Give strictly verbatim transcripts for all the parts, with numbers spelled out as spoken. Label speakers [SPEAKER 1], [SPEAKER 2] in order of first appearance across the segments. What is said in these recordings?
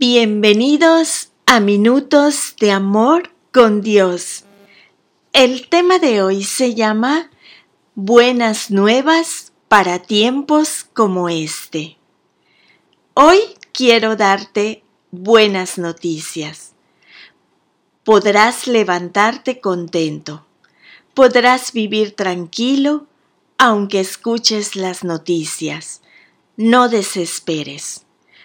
[SPEAKER 1] Bienvenidos a Minutos de Amor con Dios. El tema de hoy se llama Buenas nuevas para tiempos como este. Hoy quiero darte buenas noticias. Podrás levantarte contento. Podrás vivir tranquilo aunque escuches las noticias. No desesperes.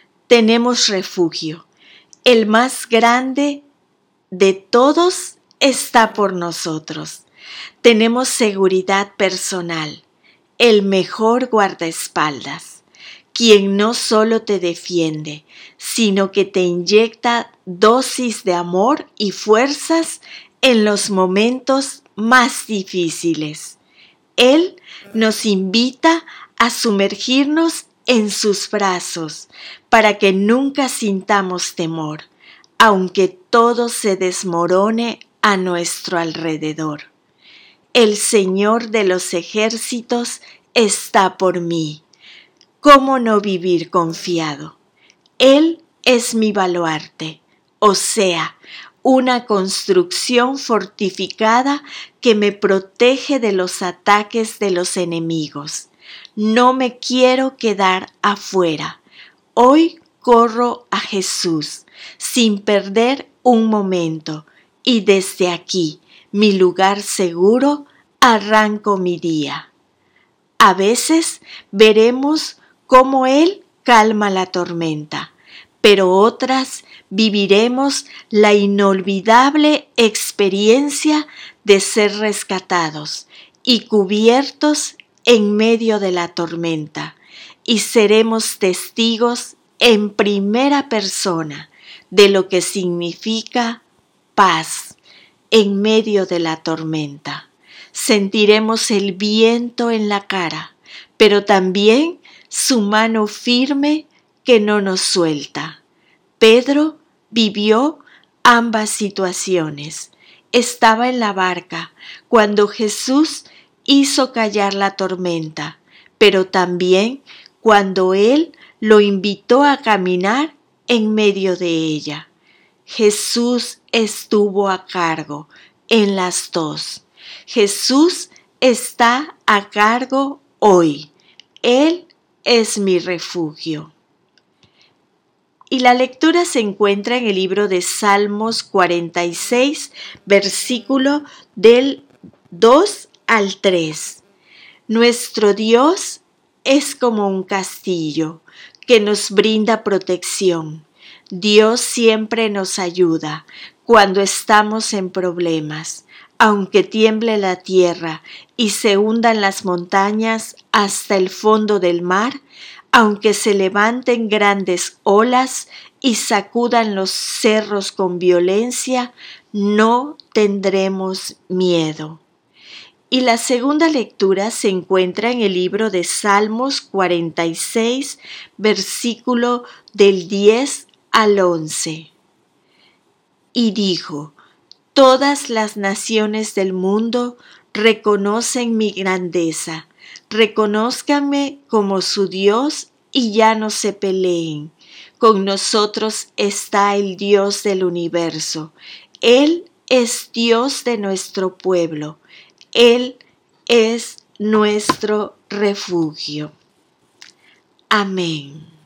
[SPEAKER 1] Tenemos refugio. El más grande de todos está por nosotros. Tenemos seguridad personal, el mejor guardaespaldas, quien no solo te defiende, sino que te inyecta dosis de amor y fuerzas en los momentos más difíciles. Él nos invita a sumergirnos en sus brazos para que nunca sintamos temor, aunque todo se desmorone a nuestro alrededor. El Señor de los ejércitos está por mí. ¿Cómo no vivir confiado? Él es mi baluarte, o sea, una construcción fortificada que me protege de los ataques de los enemigos. No me quiero quedar afuera. Hoy corro a Jesús sin perder un momento y desde aquí, mi lugar seguro, arranco mi día. A veces veremos cómo Él calma la tormenta, pero otras viviremos la inolvidable experiencia de ser rescatados y cubiertos en medio de la tormenta, y seremos testigos en primera persona de lo que significa paz en medio de la tormenta. Sentiremos el viento en la cara, pero también su mano firme que no nos suelta. Pedro vivió ambas situaciones. Estaba en la barca cuando Jesús hizo callar la tormenta, pero también cuando Él lo invitó a caminar en medio de ella. Jesús estuvo a cargo en las dos. Jesús está a cargo hoy. Él es mi refugio. Y la lectura se encuentra en el libro de Salmos cuarenta y seis, versículo del dos al tres. Nuestro Dios es como un castillo que nos brinda protección. Dios siempre nos ayuda cuando estamos en problemas. Aunque tiemble la tierra y se hundan las montañas hasta el fondo del mar, aunque se levanten grandes olas y sacudan los cerros con violencia, no tendremos miedo. Y la segunda lectura se encuentra en el libro de Salmos cuarenta y seis, versículo del diez al once. Y dijo: Todas las naciones del mundo reconocen mi grandeza. Reconózcanme como su Dios y ya no se peleen. Con nosotros está el Dios del universo. Él es Dios de nuestro pueblo. Él es nuestro refugio. Amén.